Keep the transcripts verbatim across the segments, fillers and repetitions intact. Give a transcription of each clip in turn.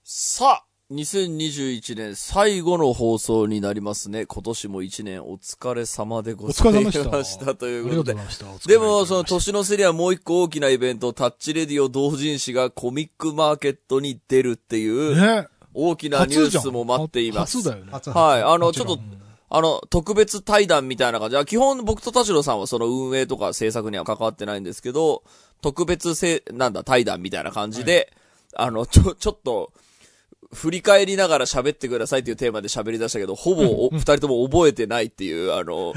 さあ、にせんにじゅういちねん最後の放送になりますね。今年もいちねんお疲れ様でございましたということで。でも、その年の瀬にはもう一個大きなイベント、タッチレディオ同人誌がコミックマーケットに出るっていう、大きなニュースも待っています。 初だよね。 はい。あの、ちょっと、あの、特別対談みたいな感じ。基本僕と田代さんはその運営とか制作には関わってないんですけど、特別せ、なんだ、対談みたいな感じで、はい、あの、ちょ、ちょっと、振り返りながら喋ってくださいっていうテーマで喋り出したけど、ほぼ二人とも覚えてないっていう、あの、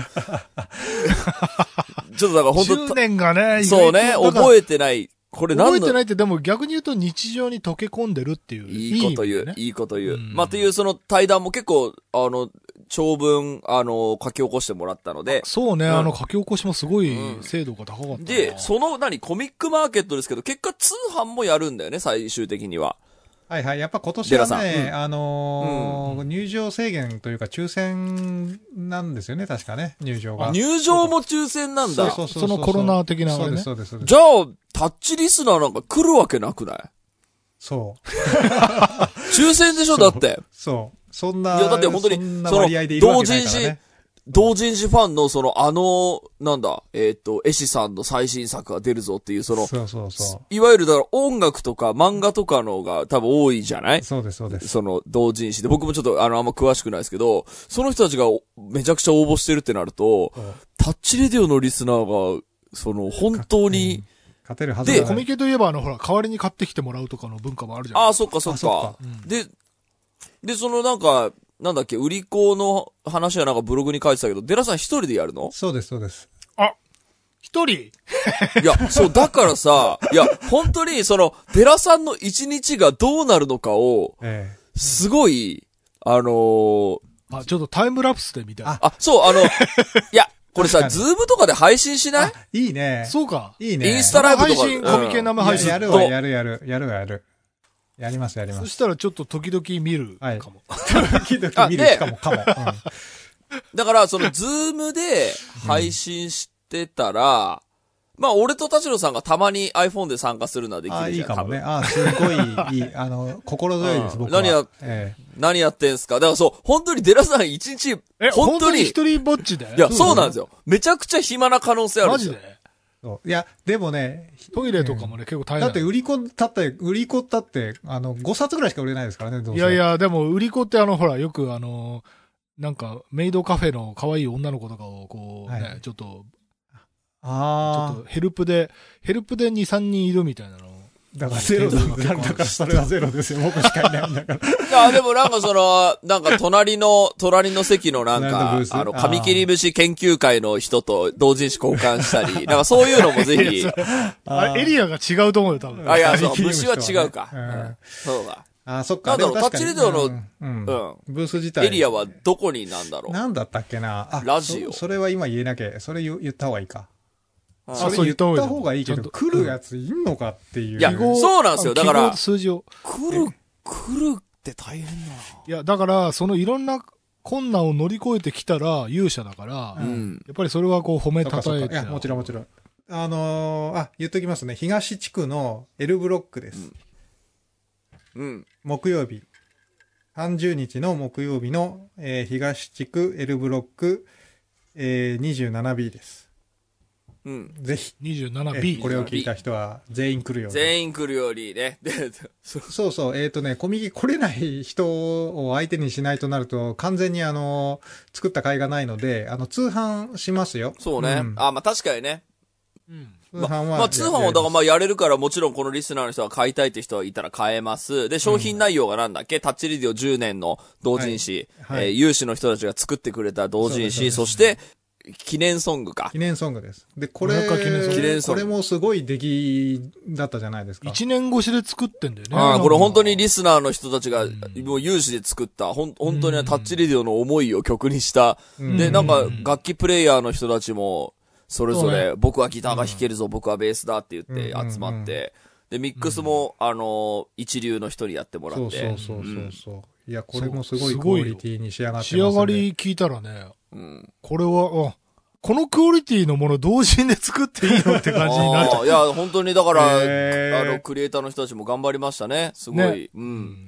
ちょっとだから本当じゅうねんがね、 そうね、覚えてない。これ何の覚えてないってでも逆に言うと日常に溶け込んでるっていう。 いいこと言う、いいこと言う。まあ、っていうその対談も結構、あの、長文、あの、書き起こしてもらったので。 そうね、うん、あの書き起こしもすごい精度が高かったな、うん。 で、その何、コミックマーケットですけど、結果通販もやるんだよね、最終的には。 はいはい。やっぱ今年はね、うん、あのーうん、入場制限というか抽選なんですよね、確かね、入場が。 入場も抽選なんだ。 そうそうそうそう。そのコロナ的な、ね。 そうです、そうです、そうです。 じゃあ、タッチリスナーなんか来るわけなくない？ そう。 抽選でしょ、だって。 そう。そんな、 いや、だって本当に、その、同人誌、同人誌ファンの、その、あの、なんだ、えっと、絵師さんの最新作が出るぞっていう、その、 そうそうそう。 いわゆる、だから音楽とか漫画とかのが多分多いじゃない？ そうです、そうです。 その、同人誌で。僕もちょっと、あの、あんま詳しくないですけど、その人たちがめちゃくちゃ応募してるってなると、タッチレディオのリスナーが、その、本当に、 勝てるはずだ。 で、コミケといえば、あの、ほら、代わりに買ってきてもらうとかの文化もあるじゃん。 ああ、そっかそっか。うん、で、で、そのなんか、なんだっけ、売り子の話はなんかブログに書いてたけど、デラさん一人でやるの？ そうです、そうです。 あ、一人？ いや、そう、だからさ、いや、本当に、その、デラさんの一日がどうなるのかを、ええ、すごい、あのー、 あ、ちょっとタイムラプスで見たい。 あ、あそう、あの、いや、これさ、ズームとかで配信しない？ いいね。 そうか。 いいね。 インスタライブとか。 配信、コミケ生配信。 やるわ、やるやる、やるやる。やります、やります。 そしたらちょっと時々見るかも。 はい、時々見るしかも、かも。うん、 だから、その、ズームで配信してたら、うん、まあ、俺と田代さんがたまに iPhone で参加するのはできるじゃん。 あ、いいかもね。あ、すごいいい。あの、心強いです、僕は。 何や、ええ、何やってんすか？だからそう、本当にデラさん一日、 え、本当に一人ぼっちで？ いや、そうなんですよ。めちゃくちゃ暇な可能性あるんですよ。 マジで？ そういや、でもね、 トイレとかもね、結構大変だって売り子だって、売り子だって、あの、ごさつぐらいしか売れないですからね、どうせ。 いやいや、でも売り子ってあの、ほら、よくあの、なんか、メイドカフェの可愛い女の子とかを、こう、ね、はい、ちょっと、 ああ。 ちょっとヘルプで、ヘルプでに、さんにんいるみたいなの。 だからゼロだ。だからそれはゼロですよ。僕しかいないんだから。 いや、でもなんかその、なんか隣の、隣の席のなんか、あの、紙切り節研究会の人と同人誌交換したり、なんかそういうのもぜひ。 あれ、エリアが違うと思うよ、多分。 あ、いや、そう、節は違うか。うん、そうだ。 あ、そっか。 なんだろう、タッチレディオの、うん、 うん。ブース自体。 エリアはどこになんだろう。 なんだったっけな。あ、 ラジオ。 それは今言えなきゃ、それ言った方がいいか。 あ、 それ言った方がいいけど、来るやついんのかっていう。 いや、そうなんですよ。だから、 数字を。 来る、来るって大変だな。 いや、だから、そのいろんな困難を乗り越えてきたら勇者だから、うん、やっぱりそれはこう褒めたたえて。 いや、もちろんもちろん。あのー、あ、言っときますね。東地区の L ブロックです。 うん。うん、 木曜日。さんじゅうにちの木曜日の、えー、東地区 L ブロック、えー、にじゅうななビー です。 うん。 ぜひ。 にじゅうななビー。 これを聞いた人は全員来るように。 全員来るようにね。 そうそう。えっとね、コミケ来れない人を相手にしないとなると、完全にあの、作った甲斐がないので、あの、通販しますよ。 そうね。うん、あ、まあ確かにね。 うん。通販は。 まあ通販はだからまあやれるからもちろんこのリスナーの人が買いたいって人はいたら買えます。で、商品内容がなんだっけ、うん、タッチレディオじゅうねんの同人誌、はいはい、えー、有志の人たちが作ってくれた同人誌、そして、記念ソングか。 記念ソングです。で、これ、記念ソング。これもすごい出来だったじゃないですか。 一年越しで作ってんだよね。 ああ、これ本当にリスナーの人たちが、もう有志で作った、ほん、本当にタッチレディオの思いを曲にした。で、なんか楽器プレイヤーの人たちも、それぞれ、僕はギターが弾けるぞ、僕はベースだって言って集まって、で、ミックスも、あの、一流の人にやってもらって。 そうそうそうそう。いや、これもすごいクオリティに仕上がってますね。 仕上がり聞いたらね、うん、これは、あ、このクオリティのもの同人で作っていいのって感じになっちゃう。 いや、本当にだから、あの、クリエイターの人たちも頑張りましたね。すごい。ね、うん。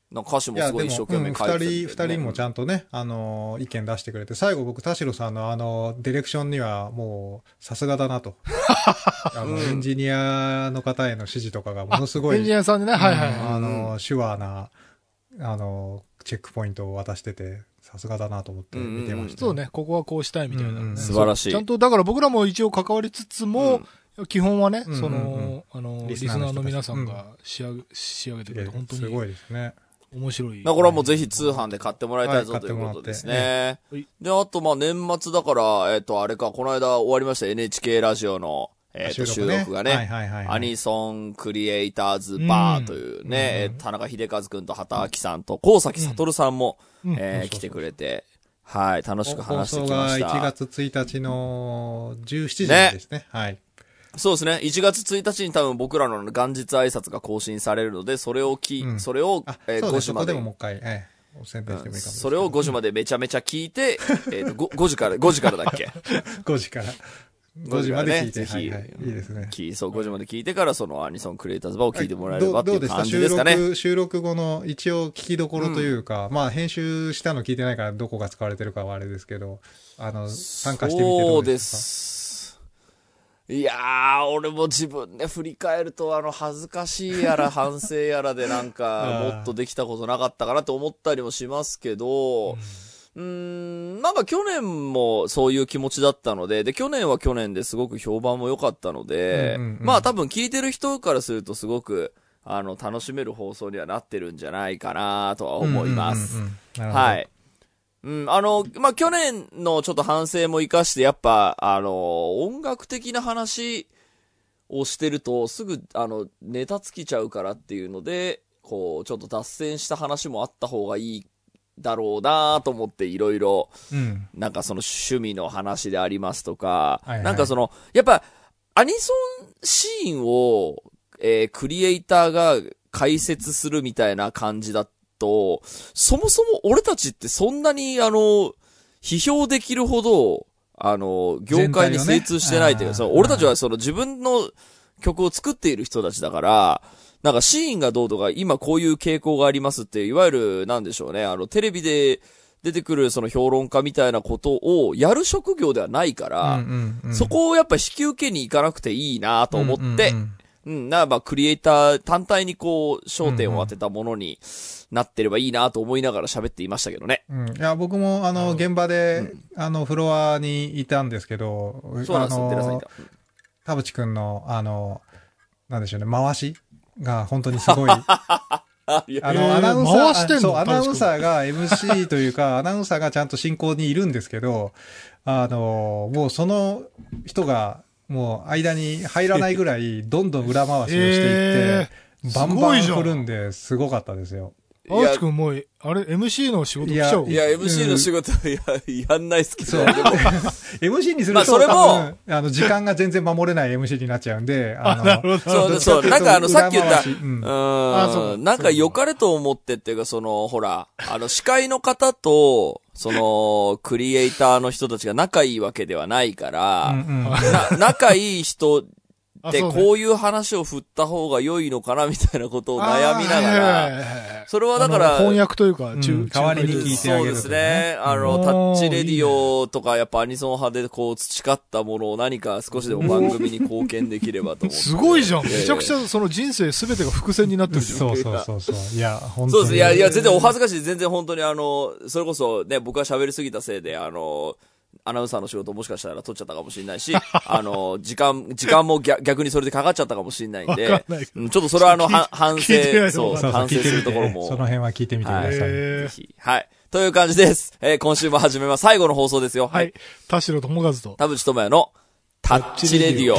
なんか歌詞もすごい一生懸命書いてた、ね。 うん、二人、二人もちゃんとね、あのー、意見出してくれて、最後僕、田代さんのあの、ディレクションにはもう、さすがだなと。あの、エンジニアの方への指示とかがものすごい。 エンジニアさんでね、はいはい。 あの、手話な、あの、チェックポイントを渡してて、さすがだなと思って見てました、ね。 そうね、ここはこうしたいみたいな、ねうんうん、 素晴らしい。 ちゃんと、だから僕らも一応関わりつつも、うん、基本はね、 うんうんうん、 その、あの、リスナーの皆さんが仕上げ、仕上げてくれて、本当に。 すごいですね。 面白い。 だからもうぜひ通販で買ってもらいたいぞ、はい、ということですね。はい、で、あとまあ年末だから、えっ、ー、と、あれか、この間終わりました エヌエイチケー ラジオの、えっ、ー、と、収録がね、はいはいはいはい、アニソンクリエイターズバーというね、うん、田中秀和くんと畑明さんと高崎悟さんも、うん、えー、来てくれて、はい、楽しく話してきました。 放送がいちがつついたちのじゅうしちじですね。ね、はい。 そうですね。いちがつついたちに多分僕らの元日挨拶が更新されるので、それをき、うん、それを、 えー、ごじまで。そこでももう一回、ええ、宣伝してもいいかもしれない、うん。 それをごじまでめちゃめちゃ聞いて、えっと、ごじから、ごじからだっけ ? ごじから。ごじまで聞いて、 ね、ぜひ、 はいはい、いいですね。 そう、ごじまで聞いてから、そのアニソンクリエイターズバーを聞いてもらえればっていう感じですかね。 どうでした？収録、収録後の一応聞きどころというか、うん、まあ編集したの聞いてないからどこが使われてるかはあれですけど、あの、参加してみてどうですか？そうです。 いやー、俺も自分で振り返ると、あの、恥ずかしいやら反省やらでなんか、もっとできたことなかったかなと思ったりもしますけど、うーん、なんか去年もそういう気持ちだったので、で、去年は去年ですごく評判も良かったので、うんうんうん、まあ多分聞いてる人からするとすごく、あの、楽しめる放送にはなってるんじゃないかなとは思います。はい。うん、あの、まあ、去年のちょっと反省も活かして、やっぱ、あの、音楽的な話をしてると、すぐ、あの、ネタ尽きちゃうからっていうので、こう、ちょっと脱線した話もあった方がいいだろうなと思って、いろいろ、なんかその趣味の話でありますとか、はいはい、なんかその、やっぱ、アニソンシーンを、えー、クリエイターが解説するみたいな感じだったと、そもそも俺たちってそんなにあの、批評できるほど、あの、業界に精通してないというか、ね、その俺たちはその自分の曲を作っている人たちだから、なんかシーンがどうとか、今こういう傾向がありますって、いわゆる、なんでしょうね、あの、テレビで出てくるその評論家みたいなことをやる職業ではないから、うんうんうん、そこをやっぱ引き受けに行かなくていいなと思って、うんうんうんうん、ならばクリエイター単体にこう焦点を当てたものになってればいいなと思いながら喋っていましたけどね。 うん、いや僕もあの現場で、うん、あのフロアにいたんですけど、 そうなんですよ。寺さんいた。 田淵くんのあのなんでしょうね、回しが本当にすごい。あのアナウンサー、 回してんの？ そうアナウンサーが エムシー というかアナウンサーがちゃんと進行にいるんですけど、あのもうその人がもう間に入らないぐらいどんどん裏回しをしていって、えー、バンバン振るんですごかったですよ。 青木くんもう、あれ、エムシー の仕事来ちゃう？ いや、エムシー の仕事、いや、やんないっすけど。 そう。エムシー にすると、まあ、 それも、 あの、時間が全然守れない エムシー になっちゃうんで、 あの、なるほど。 そうそう。なんかあの、さっき言った、うん、あそうなんか良かれと思ってっていうか、その、ほら、あの、司会の方と、その、クリエイターの人たちが仲いいわけではないから、うんうん、な仲いい人でこういう話を振った方が良いのかなみたいなことを悩みながら、それはだから、 翻訳というか、 中、代わりに聞いてあげる、ね。そうですね。あの、タッチレディオとか、やっぱアニソン派でこう培ったものを何か少しでも番組に貢献できればと思って。 すごいじゃん。めちゃくちゃその人生すべてが伏線になってるじゃん。 そうそうそうそう。いや、本当に。 そうです。いや、いや、全然お恥ずかしい。全然本当にあの、それこそね、僕が喋りすぎたせいで、あの、アナウンサーの仕事もしかしたら取っちゃったかもしれないし、あの、時間、時間も逆にそれでかかっちゃったかもしれないんで、うん、ちょっとそれはあの、反省、そう、反省するところも。 その辺は聞いてみてください。 ぜひ。はい。という感じです。えー、今週も始めます。最後の放送ですよ。 はい。田代智和と田淵智也のタッチレディオ。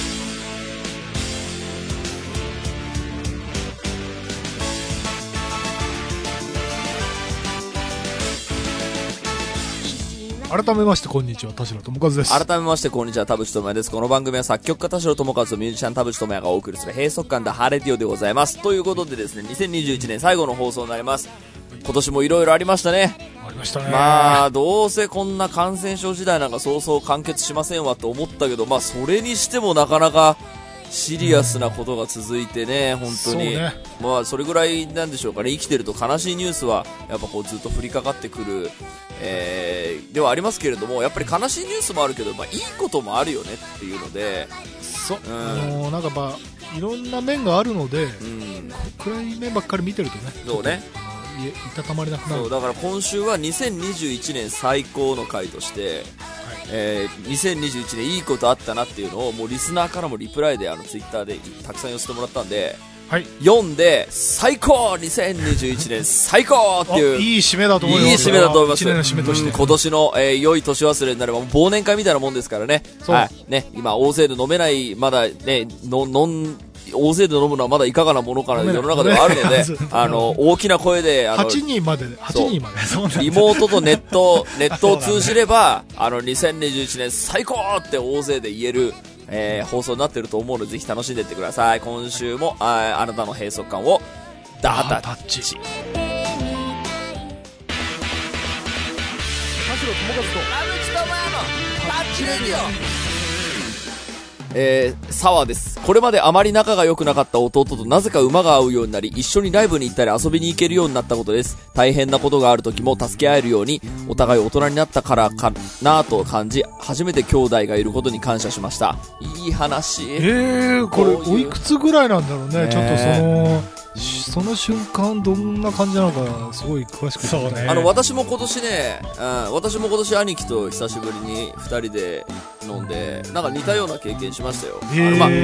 改めましてこんにちは、田代智和です。 改めましてこんにちは、田淵智也です。この番組は作曲家田代智和とミュージシャン田淵智也がお送りする閉塞感だハーレディオでございます。ということでですね、にせんにじゅういちねん最後の放送になります。今年もいろいろありましたね。 ありましたね。 まあどうせこんな感染症時代なんかそうそう完結しませんわと思ったけど、まあそれにしてもなかなかシリアスなことが続いてね、本当に。 ね、 まあ、それぐらいなんでしょうかね。生きてると悲しいニュースは、やっぱこうずっと降りかかってくる、えー、ではありますけれども、やっぱり悲しいニュースもあるけど、まあ、いいこともあるよねっていうので、 そう、 うん、 あのー、なんかまあ、いろんな面があるので、うん、暗い面ばっかり見てるとね、 そうね。 い, いたたまれなくなる。 そうだから今週はにせんにじゅういちねん最高の回として、はい、えー、にせんにじゅういちねんいいことあったなっていうのをもうリスナーからもリプライであのツイッターでたくさん寄せてもらったんで、はい、読んで最高にせんにじゅういちねん最高っていういい締めだと思います。 いい締めだと思います。 いちねんの締めとして、 うん、今年の、えー、良い年忘れになればもう忘年会みたいなもんですからね。はい、ね、今大勢で飲めないまだねの飲ん大勢で飲むのはまだいかがなものかな世の中ではあるので、あの大きな声であのはちにんまではちにんまでリモートとネットネットを通じれば、ね、あのにせんにじゅういちねん最高って大勢で言える、えー、放送になっていると思うのでぜひ楽しんでいってください。今週も あ, あなたの閉塞感をダータッチ。田代智和と田口智也のタッチレディオ。えー、沢です。これまであまり仲が良くなかった弟となぜか馬が合うようになり、一緒にライブに行ったり遊びに行けるようになったことです。大変なことがある時も助け合えるように、お互い大人になったからかなと感じ、初めて兄弟がいることに感謝しました。いい話。 えー、これおいくつぐらいなんだろうね。ちょっとそのその瞬間どんな感じなのかすごい詳しくそうね。 あの私も今年ね、うん、私も今年兄貴と久しぶりにふたりで飲んでなんか似たような経験しましたよ。あのまあ、うん、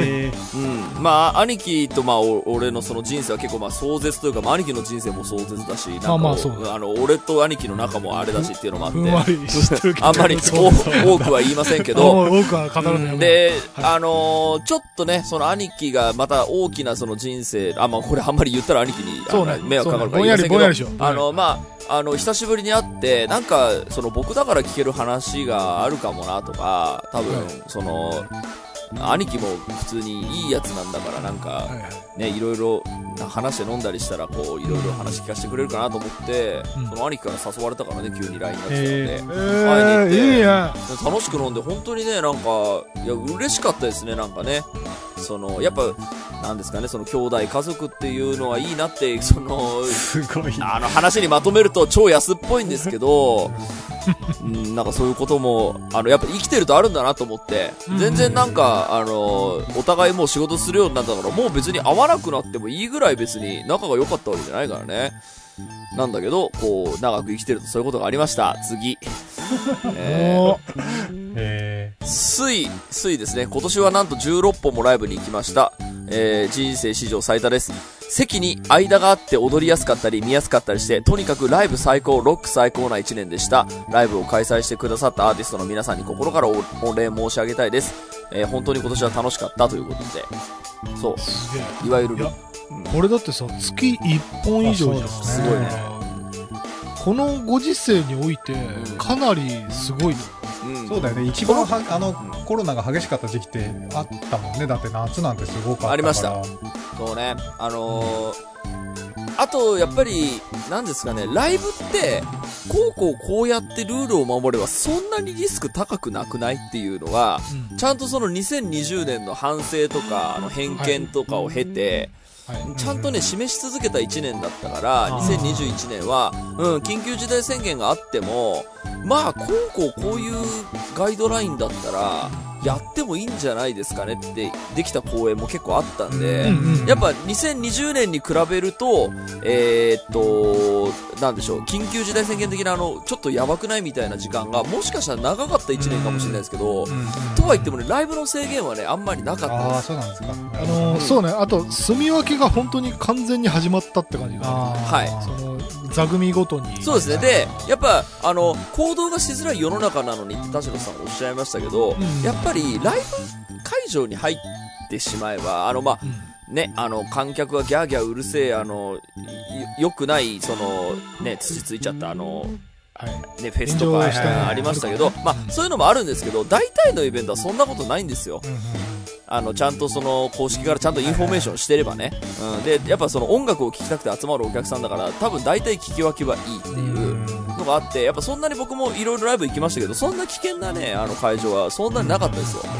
まあ兄貴とまあ俺のその人生は結構まあ壮絶というか、まあ、兄貴の人生も壮絶だし、なんか、まあまあ、そうあの俺と兄貴の仲もあれだしっていうのもあって、あんまり多くは言いませんけど、 多くは語らない。 で、はい、あのー、ちょっとねその兄貴がまた大きなその人生、あまあこれあんまり言ったら兄貴に、ね、迷惑かかるから言いませんけど、あのまああの久しぶりに会ってなんかその僕だから聞ける話があるかもなとか、多分、はい、その兄貴も普通にいいやつなんだからなんか、はいはい、ねいろいろ話して飲んだりしたらこういろいろ話聞かせてくれるかなと思って、うん、その兄貴から誘われたからね急に ライン が来たので、えー、会いに行って、いいや楽しく飲んで本当にねなんかいや嬉しかったですね。なんかねそのやっぱなんですかねその兄弟家族っていうのはいいなってそのすごいあの話にまとめると超安っぽいんですけどうん、なんかそういうこともあのやっぱ生きてるとあるんだなと思って、全然なんかあのお互いもう仕事するようになったからもう別に会わなくなってもいいぐらい別に仲が良かったわけじゃないからね。なんだけどこう長く生きてるとそういうことがありました。次えー、えー、水水ですね。今年はなんとじゅうろっぽんもライブに行きました。えー、人生史上最多です。席に間があって踊りやすかったり見やすかったりして、とにかくライブ最高、ロック最高ないちねんでした。ライブを開催してくださったアーティストの皆さんに心からお礼申し上げたいです。えー、本当に今年は楽しかったということで、そういわゆる、うん、 これだってさ月いっぽん以上じゃん。 すごいね。 このご時世においてかなりすごいと、 うん、そうだよね。一番はあのコロナが激しかった時期ってあったもんね。だって夏なんてすごかったから。 ありました。そうね。あのー、あとやっぱりなんですかね、ライブってこうこうこうやってルールを守ればそんなにリスク高くなくないっていうのは、うん、ちゃんとそのにせんにじゅうねんの反省とかあの偏見とかを経て、はいはい、ちゃんとね示し続けたいちねんだったからにせんにじゅういちねんは、うん、緊急事態宣言があってもまあこうこうこういうガイドラインだったらやってもいいんじゃないですかねってできた公演も結構あったんで、うんうん、やっぱにせんにじゅうねんに比べるとえー、っとなんでしょう、緊急事態宣言的なあのちょっとやばくないみたいな時間がもしかしたら長かったいちねんかもしれないですけど、うんうんうん、とは言ってもねライブの制限はねあんまりなかったです。 あ、そうなんですか。 あのーうん、そうね。あと住み分けが本当に完全に始まったって感じが、 はい、 その座組ごとに。 そうですね。でやっぱあの行動がしづらい世の中なのにって田代さんおっしゃいましたけど、うん、やっぱりライブ会場に入ってしまえばあのまあ、うんね、あの観客がギャーギャーうるせえあのよくないそのね土ついちゃったあの、はいね、フェスとかありましたけど、まあそういうのもあるんですけど大体のイベントはそんなことないんですよ。あのちゃんとその公式からちゃんとインフォメーションしてればね、うん、でやっぱその音楽を聴きたくて集まるお客さんだから多分大体聞き分けはいいっていうのがあって、やっぱそんなに僕もいろいろライブ行きましたけどそんな危険なねあの会場はそんなになかったですよ。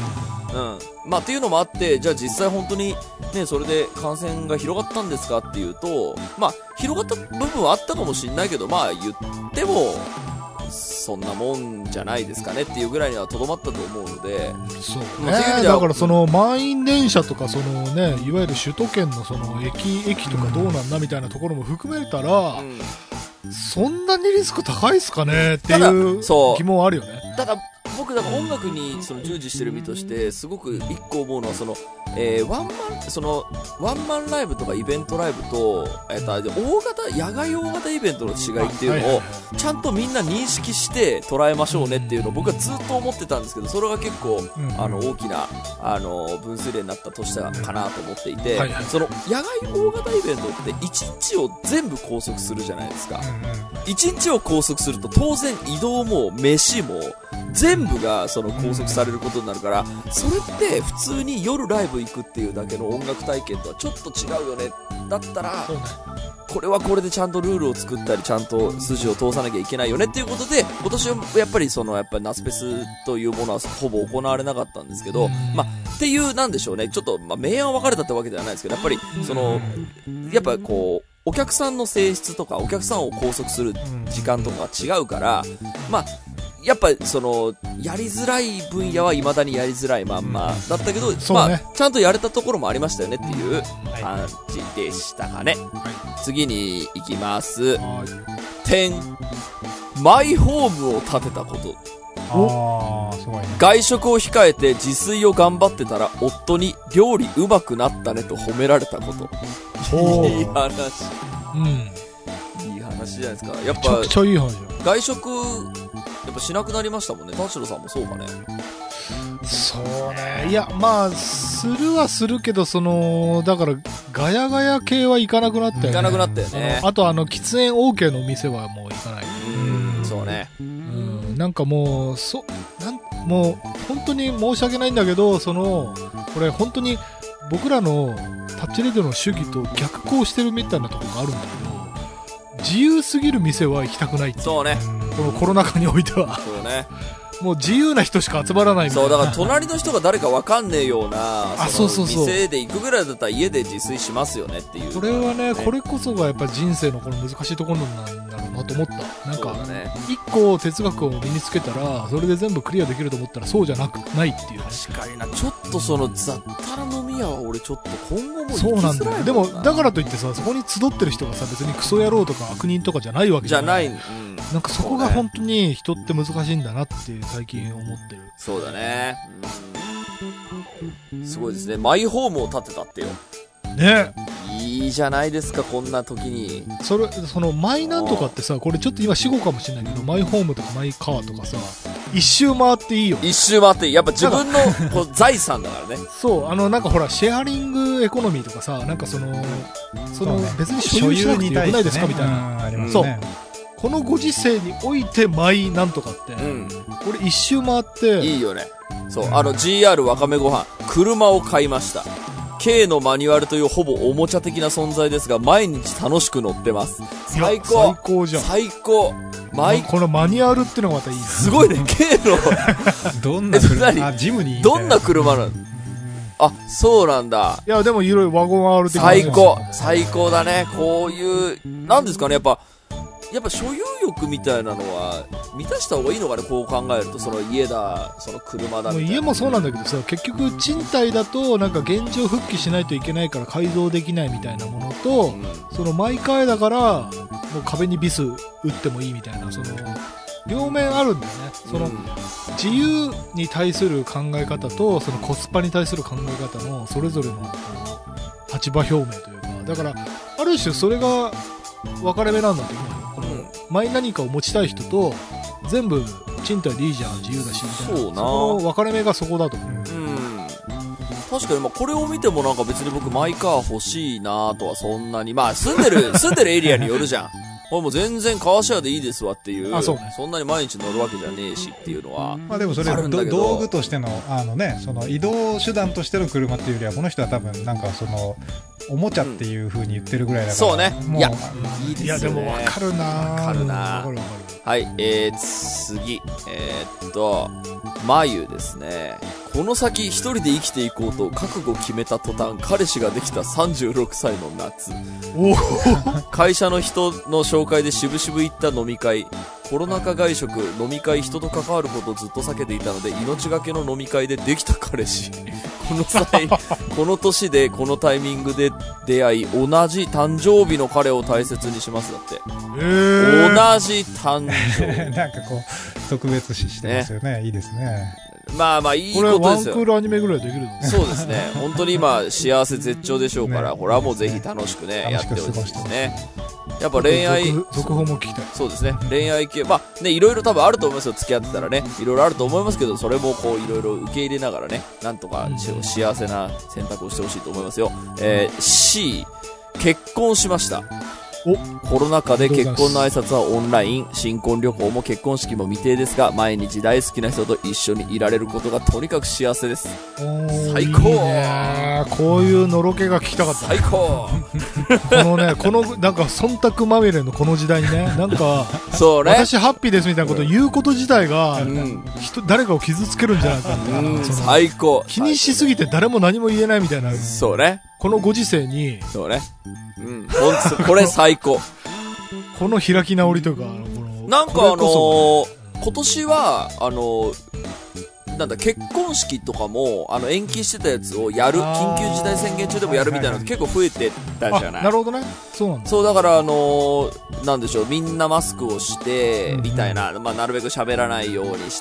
うん。まあ、っていうのもあって、じゃあ実際本当にね、それで感染が広がったんですかっていうと、まあ、広がった部分はあったかもしれないけど、まあ、言っても、そんなもんじゃないですかねっていうぐらいにはとどまったと思うので、 そうまあっていう意味ね。 ではだからその満員電車とかそのね、いわゆる首都圏のその駅、駅とかどうなんだみたいなところも含めたら、 うんそんなにリスク高いっすかねっていたうだそう疑問あるよね。 ただ僕だから音楽にその従事してる身としてすごく一個思うのはその、えー、ワンマンそのワンマンライブとかイベントライブと、えー、と大型野外大型イベントの違いっていうのをちゃんとみんな認識して捉えましょうねっていうのを僕はずっと思ってたんですけど、それが結構あの大きなあの分水嶺になったとしたかなと思っていて、その野外大型イベントっていちにちを全部拘束するじゃないですか。いちにちを拘束すると当然移動も飯も全部がその拘束されることになるから、それって普通に夜ライブ行くっていうだけの音楽体験とはちょっと違うよね。だったらこれはこれでちゃんとルールを作ったりちゃんと筋を通さなきゃいけないよねっていうことで、今年はやっぱりそのやっぱり夏フェスというものはほぼ行われなかったんですけど、まあっていうなんでしょうね、ちょっとまあ明暗分かれたってわけではないですけど、やっぱりそのやっぱこうお客さんの性質とかお客さんを拘束する時間とかが違うから、まあやっぱそのやりづらい分野は未だにやりづらいまんまだったけど、 ね、 まあちゃんとやれたところもありましたよねっていう感じでしたかね。はい、次に行きます。点、マイホームを建てたこと。 あーすごいね。 外食を控えて自炊を頑張ってたら夫に料理うまくなったねと褒められたこと。いい話。 うん。 いい話じゃないですか。やっぱめちゃくちゃいい話よ。 外食やっぱしなくなりましたもんね。田代さんもそうかね。 そうね。いや、まあ、するはするけど、その、だから、ガヤガヤ系は行かなくなったよね。 行かなくなったよね。 あと、あの、喫煙 OK の店はもう行かない。 うん、そうね。 うん、なんかもう、そ、なん、もう、本当に申し訳ないんだけど、その、これ本当に、僕らのタッチレディオの主義と逆行してるみたいなところがあるんだけど、自由すぎる店は行きたくないっていう。 そうね。 このコロナ禍においては。 そうね。 もう自由な人しか集まらないみたいな。 そう、だから隣の人が誰か分かんねえような、 あ、そうそうそう。 店で行くぐらいだったら家で自炊しますよねっていう。 これはね、これこそがやっぱ人生のこの難しいところなんだろうなと思った。なんか、一個哲学を身につけたら、それで全部クリアできると思ったらそうじゃなく、ないっていう。 確かにな、ちょっとその雑多な飲み屋は俺ちょっと今後も行きづらいそうなんだよ。でも、だからといいってさ、そこに集ってる人がさ、別にクソ野郎とか悪人とかじゃないわけじゃない。 じゃない。うん。 なんかそこが本当に人って難しいんだなって最近思ってる。 そうだね。うん。すごいですね。マイホームを建てたってよ。 ね。 いいじゃないですか、こんな時に。 それ、その、マイなんとかってさ、これちょっと今死語かもしれないけど、マイホームとかマイカーとかさ、一周回っていいよ。 一周回っていい。やっぱ自分のこう財産だからね。 そう、あの、なんかほら、シェアリングエコノミーとかさ、なんかその、その、別に所有しなくてよくないですかみたいな。そう。このご時世においてマイなんとかって、うん、これ一周回って、 いいよね。そう、あの ジーアール わかめご飯、車を買いました。K のマニュアルというほぼおもちゃ的な存在ですが、毎日楽しく乗ってます。最高。 最高じゃん。 最高。マイこのマニュアルってのがまたいい。 すごいね、K の。 どんな車、あ、ジムにどんな車なの？あ、そうなんだ。 いや、でもいろいろワゴン R 的な。 最高。最高だね。こういう、なんですかね、やっぱ、やっぱ所有欲みたいなのは満たした方がいいのかね、こう考えると。その家だ、その車だみたいな。 家もそうなんだけどさ、結局賃貸だとなんか現状復帰しないといけないから改造できないみたいなものと、うん、その毎回だからもう壁にビス打ってもいいみたいな、その両面あるんだよね。その、うん、自由に対する考え方とそのコスパに対する考え方のそれぞれの立場表明というか、だからある種それが分かれ目なんだと思うよ。この前何かを持ちたい人と全部賃貸でいいじゃん、自由だしみたいな。そうな。その分かれ目がそこだと思う。うん。 確かに、まあこれを見てもなんか別に僕マイカー欲しいなとはそんなに、まあ住んでる住んでるエリアによるじゃん。これもう全然カーシェアでいいですわっていう。 あ、そうね。 そんなに毎日乗るわけじゃねえしっていうのは。 まあでもそれ道具としての、あのね、その移動手段としての車っていうよりは、この人は多分なんかその、おもちゃっていう風に言ってるぐらいだから。 そうね。いや、いいですね。 いや、でもわかるなわかるなわかるわかる。 はい、えー、次。えー、っと、眉ですね。 この先一人で生きていこうと覚悟決めた途端、彼氏ができたさんじゅうろくさいの夏。 お会社の人の紹介で渋々行った飲み会。コロナ禍外食、飲み会、人と関わることをずっと避けていたので、命がけの飲み会でできた彼氏。この際、この年でこのタイミングで出会い、同じ誕生日の彼を大切にしますだって。 えー、 同じ誕生日。 なんかこう、特別視してますよね。いいですね。 まあまあいいこことれワンですよ。 クールアニメぐらいできるの？ そうですね。本当に今幸せ絶頂でしょうから、 ねこれはもうぜひ楽しくね、や楽してくっほしい過ごしてですね。やっぱ恋愛、 続続報も聞きたい。 そうですね。恋愛系、まあね、いろいろ多分あると思いますよ。付き合ってたらね。いろいろあると思いますけど、それもこういろいろ受け入れながらね、なんとかし幸せな選択をしてほしいと思いますよ。えー、C、結婚しました。 おコロナ禍で結婚の挨拶はオンライン、新婚旅行も結婚式も未定ですが、毎日大好きな人と一緒にいられることがとにかく幸せです。 おー最高いいね。こういうのろけが聞きたかった。 最高このね、この、なんか、忖度まみれのこの時代にね、なんか、 そうね。 私ハッピーですみたいなことを言うこと自体が、 うん。 人、誰かを傷つけるんじゃないかみたいな。 うん、 その最高。 気にしすぎて誰も何も言えないみたいな、 そうね。 このご時世に、 そうね。うん。ほんと、これ最高。 この開き直りというか、あのこのなんかあのこれこー、今年は、あのー、なんだ、結婚式とかも、あの、延期してたやつをやる、 あー緊急事態宣言中でもやるみたいなの結構増えてたそじゃない。 あなるほどね。そうなんだ。 そう、だからあのー、なんでしょう、みんなマスクをして、 うんみたいな、まあ、なるべく喋らないようにして、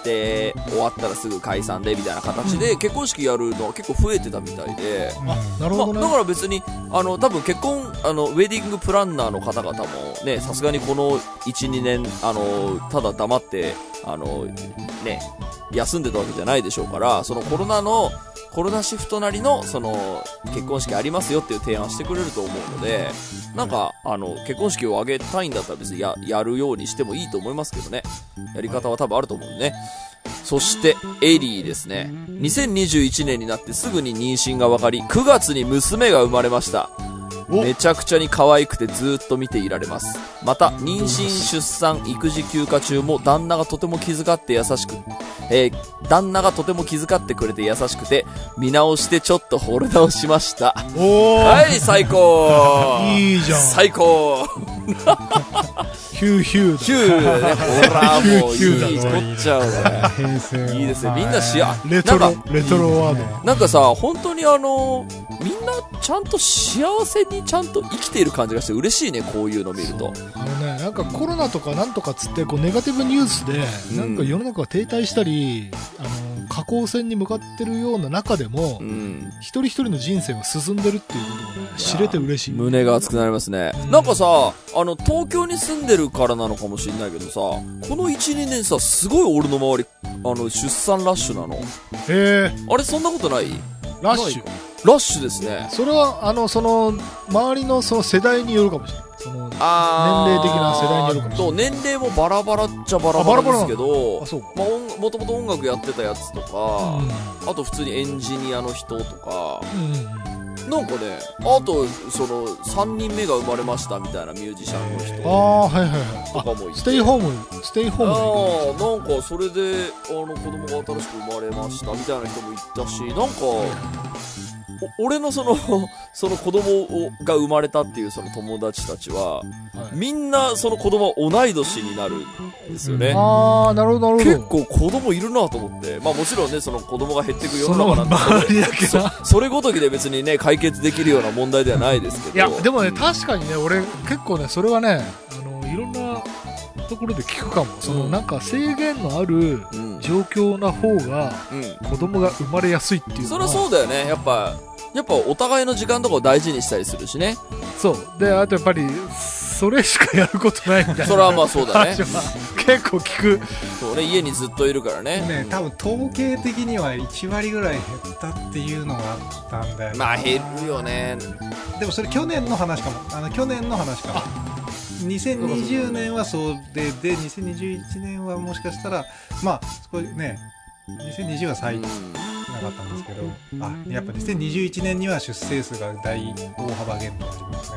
終わったらすぐ解散で、みたいな形で、結婚式やるのは結構増えてたみたいで、 あ、なるまあ、 ほどね。 だから別に、あの、多分結婚、あの、ウェディングプランナーの方々もね、さすがにこのいち、にねん、あの、ただ黙って、あの、ね、休んでたわけじゃないでしょうから、そのコロナの、コロナシフトなりの、その、結婚式ありますよっていう提案をしてくれると思うので、なんか、あの、結婚式を挙げたいんだったら別にや、やるようにしてもいいと思いますけどね。やり方は多分あると思うんでね。そして、エリーですね。にせんにじゅういちねんになってすぐに妊娠が分かり、くがつに娘が生まれました。 おめちゃくちゃに可愛くてずーっと見ていられます。また、妊娠、出産、育児休暇中も旦那がとても気遣って優しく、えー、旦那がとても気遣ってくれて優しくて、見直してちょっと惚れ直しました。 おー、 はい、最高いいじゃん。 最高ヒューヒューだ。 ヒューね、ほら、もういい、 ヒューこっちゃうね。 平成いいですね。みんなしあ、 レトロなんか、 レトロワード。 なんかさ、本当にあの、みんなちゃんと幸せにちゃんと生きている感じがして嬉しいね、こういうの見ると。 あのね、なんかコロナとかなんとかつってこうネガティブニュースで、 うんなんか世の中が停滞したり、あの下降線に向かってるような中でも、 うん。 一人一人の人生が進んでるっていうことをね、知れて嬉しい。 胸が熱くなりますね。 うんなんかさ、あの、東京に住んでるからなのかもしれないけどさ、このいち、にねんさ、すごい俺の周り、あの、出産ラッシュなの。 へえ、 あれ、そんなことないラッシュ。 ラッシュですね。 それは、あの、その、周りのその世代によるかもしれない。その、 あー年齢的な世代によるかもしれないと年齢もバラバラっちゃバラバラですけど、 あ、そうか。 まあ、音もともと音楽やってたやつとか、 うんあと普通にエンジニアの人とか、 うんなんかね、あと、その、さんにんめが生まれましたみたいなミュージシャンのうん。 人ああ、はいはいはい。 とかもいて。 ステイホーム、ステイホームに行く。 ああ、なんかそれで、あの、子供が新しく生まれましたみたいな人もいたし、なんか、お俺のその、その子供をが生まれたっていうその友達たちは、 はいみんなその子供は同い年になるんですよね。 ああ、なるほど、なる結ほど。 構子供いるなと思って。まあもちろんね、その子供が減っていく世そのの中なんだ周りだけそな。 それごときで別にね、解決できるような問題ではないですけど。 いや、でもね、 うん確かにね、俺、結構ね、それはね、あの、いろんなところで聞くかも。その、 うんなんか制限のあるうん。 状況な方が、 うん。 子供が生まれやすいっていうのは。 そりゃそうだよね。やっぱ、やっぱお互いの時間とかを大事にしたりするしね。 そう。で、あとやっぱり、それしかやることないみたいな。 それはまあそうだね話は結構聞く。 そうね、家にずっといるからね。 ね、多分統計的にはいちわりぐらい減ったっていうのがあったんだよね。 まあ減るよね。 でもそれ去年の話かも。あの去年の話かも。にせんにじゅうねんはそうで、で、にせんにじゅういちねんはもしかしたら、まあ、そこね、にせんにじゅうは最うんなかったんですけど、あ、やっぱにせんにじゅういちねんには出生数が大、大幅減とありますね。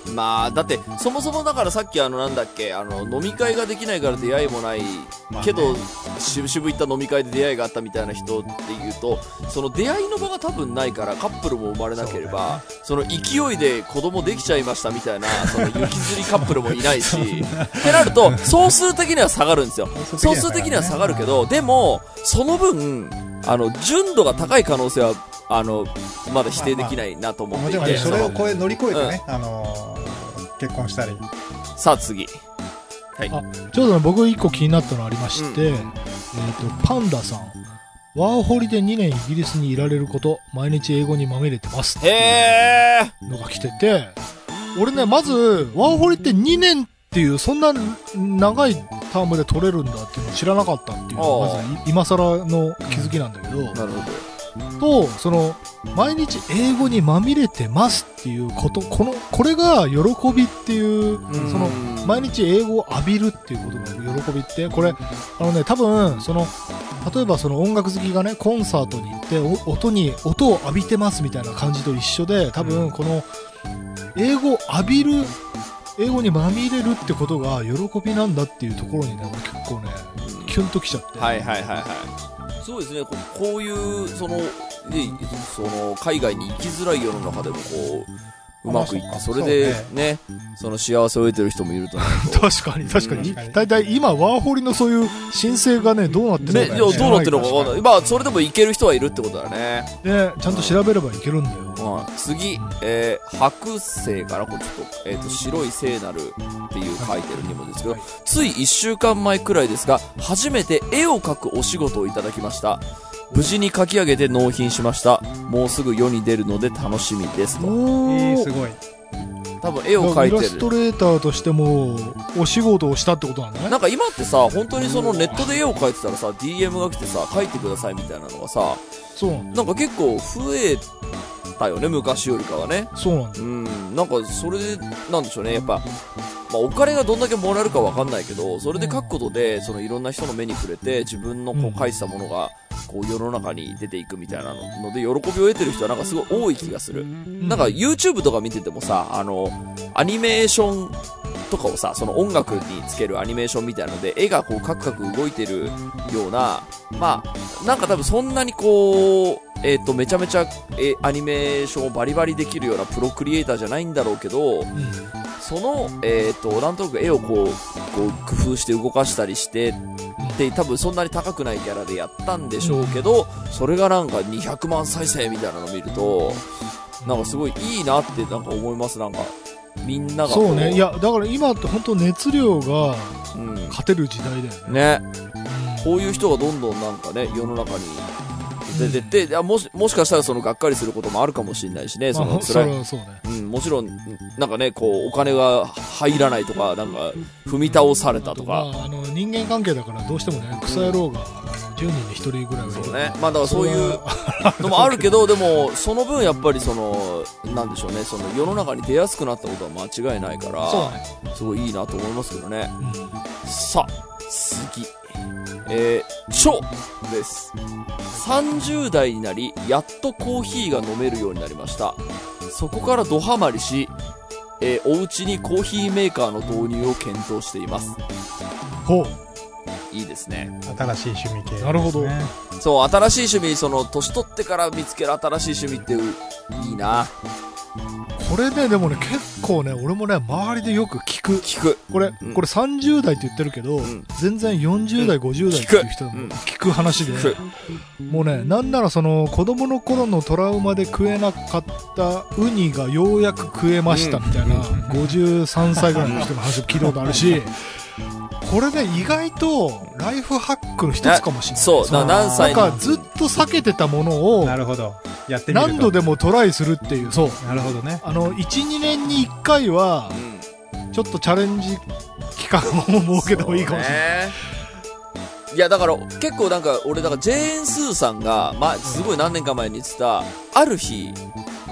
まあだってそもそもだからさっきあのなんだっけあの飲み会ができないから出会いもない、まあね、けど渋々行った飲み会で出会いがあったみたいな人っていうとその出会いの場が多分ないからカップルも生まれなければそ,、ね、その勢いで子供できちゃいましたみたいなその雪吊りカップルもいないしってなると総数的には下がるんですよ。総数的には下がるけどでもその分あの純度が高い可能性はあのまだ否定できないなと思っていて、まあまあ、 もちろん、ね、それを超え乗り越えてね、うん、あのー、結婚したり。 さあ次、はい、 あちょうど、ね、僕一個気になったのありまして、うんえー、とパンダさんワーホリでにねんイギリスにいられること毎日英語にまみれてますへーのが来てて俺ねまずワーホリってにねんっていうそんな長いタームで取れるんだっていうのを知らなかったっていうのがまず今更の気づきなんだけど、うん、なるほどとその毎日英語にまみれてますっていうことこのこれが喜びっていうその毎日英語を浴びるっていうことの喜びってこれあのね多分その例えばその音楽好きがねコンサートに行って音に音を浴びてますみたいな感じと一緒で多分この英語を浴びる英語にまみれるってことが喜びなんだっていうところにね俺結構ねキュンときちゃってはいはいはいはいそうですね こ, こういうその、ね、その海外に行きづらい世の中でもこううまくいってそれでねその幸せを得てる人もいるとなると確かに確かにだいたい今ワーホリのそういう申請がねどうなってるのか、ねね、どうなってるのか分かんないまあそれでも行ける人はいるってことだねねちゃんと調べればいけるんだよ、 うん、次、えー、白星からこれちょっと、えー、と白い聖なるっていう書いてるにもですけど、はい、ついいっしゅうかんまえくらいですが初めて絵を描くお仕事をいただきました無事に書き上げて納品しましたもうすぐ世に出るので楽しみですとえー、すごい多分絵を描いてるイラストレーターとしてもお仕事をしたってことなんだねなんか今ってさ本当にそのネットで絵を描いてたらさ ディーエム が来てさ描いてくださいみたいなのがさそうなんか結構増えたよね昔よりかはねそうなんだうんなんかそれでなんでしょうねやっぱまあ、お金がどんだけもらえるか分かんないけどそれで書くことでそのいろんな人の目に触れて自分のこう書いてたものがこう世の中に出ていくみたいなので喜びを得てる人はなんかすごい多い気がするなんか YouTube とか見ててもさあのアニメーションとかをさその音楽につけるアニメーションみたいなので絵がこうカクカク動いてるようなまあなんか多分そんなにこうえっとめちゃめちゃえアニメーションをバリバリできるようなプロクリエイターじゃないんだろうけど、うん、そのえっとなんとなく絵をこうこう工夫して動かしたりしてで多分そんなに高くないキャラでやったんでしょうけど、うん、それがなんかにひゃくまん再生みたいなのを見るとなんかすごいいいなってなんか思いますなんかみんながそうねいやだから今って本当熱量が勝てる時代だよね、 ね、うん、こういう人がどんどんなんかね世の中に出てって、うん、もしもしかしたらそのがっかりすることもあるかもしれないしねその辛い、まあそうねうん、もちろんなんかねこうお金が入らないとかなんか踏み倒されたとか、 まあ、あの人間関係だからどうしてもねクソ野郎が、うん、じゅうにんにひとりぐらいはそうねまあだからそういうのもあるけどでもその分やっぱりそのなんでしょうねその世の中に出やすくなったことは間違いないからそうねすごいいいなと思いますけどね、うん、さあ次えー、チョですさんじゅう代になりやっとコーヒーが飲めるようになりましたそこからドハマりし、えー、お家にコーヒーメーカーの導入を検討していますほういいですね新しい趣味系ですねなるほどそう新しい趣味その年取ってから見つける新しい趣味っていいなこれねでもね結構ね俺もね周りでよく聞く聞くこれ、うん、これさんじゅう代って言ってるけど、うん、全然よんじゅう代、うん、ごじゅう代っていう人も聞く話で、うん、もうねなんならその子供の頃のトラウマで食えなかったウニがようやく食えましたみたいな、うん、ごじゅうさんさいぐらいの人の話を聞いたことあるしこれね意外とライフハックの一つかもしれないそうだ何歳なんかずっと避けてたものをなるほどやってみると何度でもトライするっていうそうなるほどねあの いちにねんにいっかいは、うん、ちょっとチャレンジ期間を設けた方がいいかもしれない、ね、 いやだから結構なんか俺だからジェーン・スーさんが、ま、すごい何年か前に言ってたある日なん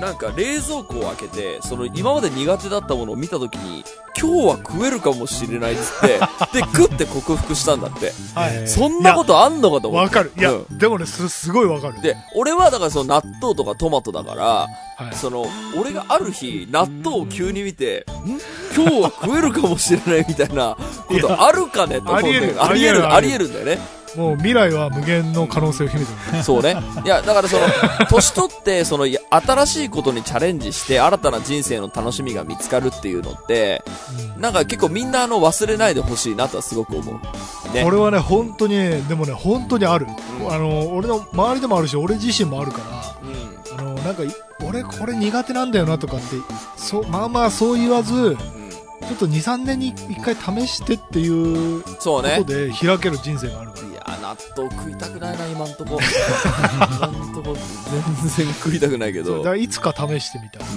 なんか冷蔵庫を開けて、その今まで苦手だったものを見たときに、今日は食えるかもしれないっつって、で、食って克服したんだって。 はい。 そんなことあんのかと思って。 わかる。いや、 うん、 でもね、す、すごいわかる。 で、俺はだからその納豆とかトマトだから、はい、その、俺がある日、納豆を急に見て、ん今日は食えるかもしれないみたいなことあるかねと思って。あり得る。あり得る。あり得るんだよね。 もう未来は無限の可能性を秘めてる、 ね。そうね。いや、だからその、年取って、その、新しいことにチャレンジして、新たな人生の楽しみが見つかるっていうのって、うん、なんか結構みんなあの、忘れないでほしいなとはすごく思う。ね。 これはね、本当に、でもね、本当にある。うん、あの、俺の周りでもあるし、俺自身もあるから、うん、あの、なんか、俺これ苦手なんだよなとかって、そう、まあまあそう言わず、うんちょっとに、さんねんにいっかい試してっていうことで開ける人生があるから。 いや、納豆食いたくないな、今んとこ。今んとこ全然食いたくないけど。 だからいつか試してみたい。 うん。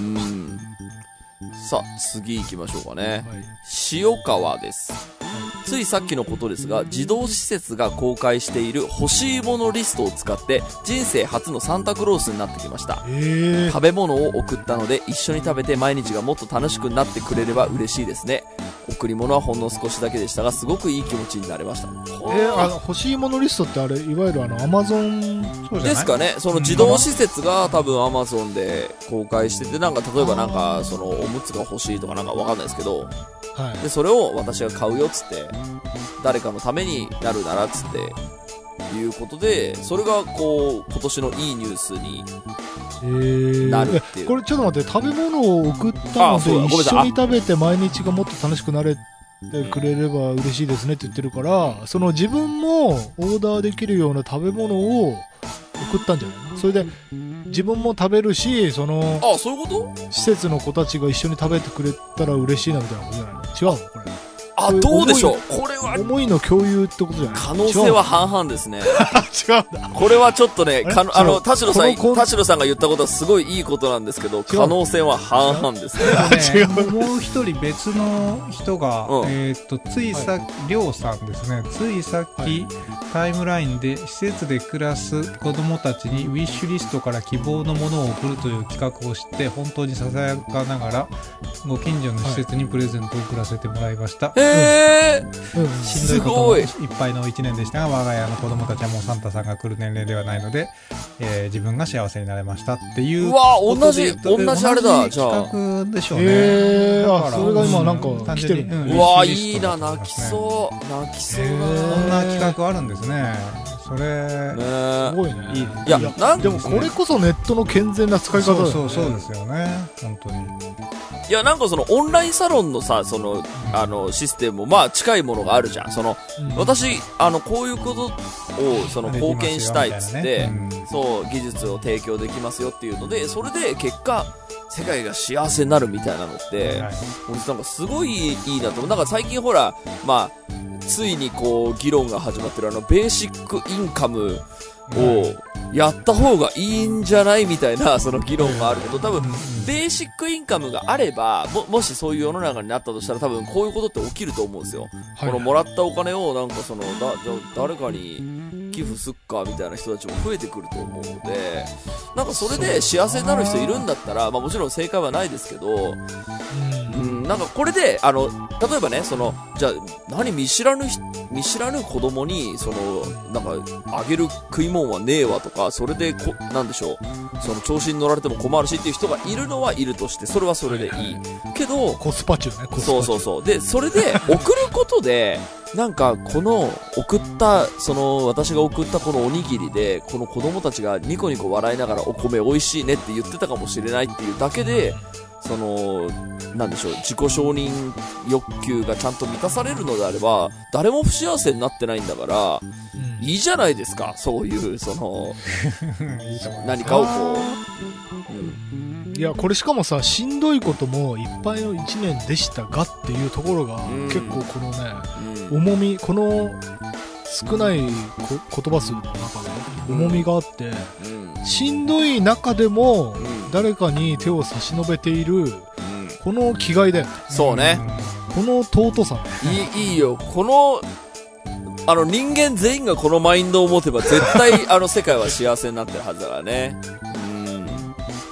さあ、次行きましょうかね。はい、塩川です。ついさっきのことですが、児童施設が公開している欲しいものリストを使って人生初のサンタクロースになってきました。食べ物を送ったので一緒に食べて毎日がもっと楽しくなってくれれば嬉しいですね。贈り物はほんの少しだけでしたがすごくいい気持ちになれました。 えー、あの欲しいものリストってあれいわゆるあのアマゾンですかね。その児童施設が多分アマゾンで公開してて、なんか例えばなんかそのおむつが欲しいとかなんかわかんないですけど、はい、でそれを私が買うよっつって誰かのためになるならっつっていうことで、それがこう今年のいいニュースになるっていう。 えー、これちょっと待って、食べ物を送ったので一緒に食べて毎日がもっと楽しくなれてくれれば嬉しいですねって言ってるから、その自分もオーダーできるような食べ物を送ったんじゃないの？それで自分も食べるし、そのあ、そういうこと？ 施設の子たちが一緒に食べてくれたら嬉しいなみたいなことじゃないの？違うのこれ。 あ、どうでしょう。これは思いの共有ってことじゃない？ 可能性は半々ですね。 違うんだ。 これはちょっとね、かのあの田代さん田代さんが言ったことはすごいいいことなんですけど、可能性は半々ですね。 違う。もう一人別の人が、うん、えっとついさっきりょうさんですね。ついさっき、はい、タイムラインで施設で暮らす子どもたちにウィッシュリストから希望のものを送るという企画を知って本当にささやかながらご近所の施設にプレゼントを送らせてもらいました。 はいえー、うん、 しんどいこともいっぱいのいちねんでしたが、我が家の子供たちはもうサンタさんが来る年齢ではないので、えー、自分が幸せになれましたっていうことで言うと、 うわ、同じ同じあれだ、 じゃあ企画でしょうね。 えー、あ、それが今なんか来てる、 うん、うわ、いいな、泣きそう泣きそうだな、 こんな企画あるんですね。それ、 ね、すごいね。いいね。 いや、なんでもこれこそネットの健全な使い方だよね。 そうそうそうですよね。本当に。 いや、なんかそのオンラインサロンのさ、その、あの、システムもまあ近いものがあるじゃん。その、うん、私、あの、こういうことを、その、貢献したいっつって、ねうん、そう、技術を提供できますよっていうので、それで結果、世界が幸せになるみたいなのって、はい、なんかすごいいいなと思う。なんか最近ほら、まあ、ついにこう、議論が始まってるあの、ベーシックインカムをやった方がいいんじゃないみたいなその議論があるけど、多分ベーシックインカムがあれば も, もしそういう世の中になったとしたら多分こういうことって起きると思うんですよ、はい、このもらったお金をなんかそのだだ誰かに寄付すっかみたいな人たちも増えてくると思うので、なんかそれで幸せになる人いるんだったら、まあ、もちろん正解はないですけど、うん、なんかこれであの例えばね、そのじゃあ何見知らぬ見知らぬ子供にそのなんかあげる食い物はねえわとか、それでこなんでしょう、その調子に乗られても困るしっていう人がいるのはいるとして、それはそれでいい、はいはい、けどコスパ中ね、コスパ中、 そうそうそう、でそれで送ることでなんかこの送ったその私が送ったこのおにぎりでこの子供たちがニコニコ笑いながらお米美味しいねって言ってたかもしれないっていうだけで、そのなんでしょう、自己承認欲求がちゃんと満たされるのであれば誰も不幸せになってないんだから、うん、いいじゃないですか、そういうその何かをこう、 うん、いやこれしかもさ、しんどいこともいっぱいのいちねんでしたがっていうところが、うん、結構このね、うん、重み、この少ない言葉数の中で重みがあって、うん、しんどい中でも誰かに手を差し伸べている、うん、この気概だよね。 そうね、 この尊さ、 ね、いい、いいよ、このあの人間全員がこのマインドを持てば絶対あの世界は幸せになってるはずだからね。うん、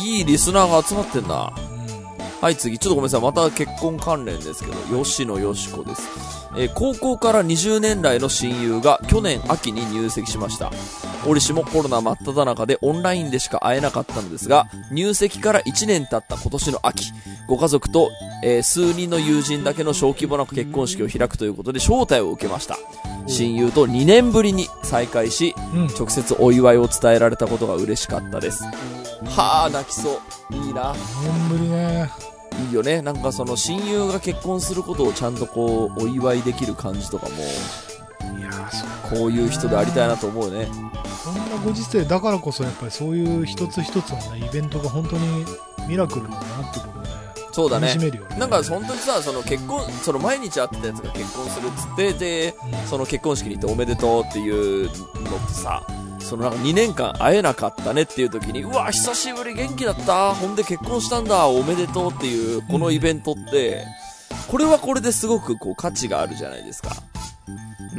いいリスナーが集まってんな。 うん、 はい、次。ちょっとごめんなさい。また結婚関連ですけど、吉野よしこです。えー、高校からにじゅうねん来の親友が去年秋に入籍しました。折しもコロナ真っ只中でオンラインでしか会えなかったのですが、入籍からいちねん経った今年の秋、ご家族と、えー、数人の友人だけの小規模な結婚式を開くということで招待を受けました。親友とにねんぶりに再会し、うん、直接お祝いを伝えられたことが嬉しかったです。はぁ、泣きそう。いいな。 にねんぶりね。 いいよね。なんかその親友が結婚することをちゃんとこうお祝いできる感じとかも、 いやー、 そう、こういう人でありたいなと思うね。 こんなご時世だからこそやっぱりそういう一つ一つのねイベントが本当にミラクルなんだなってことでね。 そうだね。 楽しめるよね。 なんか本当にさ、その結婚、その毎日会ってたやつが結婚するっつってで、うん、その結婚式に行っておめでとうっていうのってさ、そのなんかにねんかん会えなかったねっていう時に、うわ久しぶり元気だった、ほんで結婚したんだおめでとうっていうこのイベントって、うん、これはこれですごくこう価値があるじゃないですか。うん、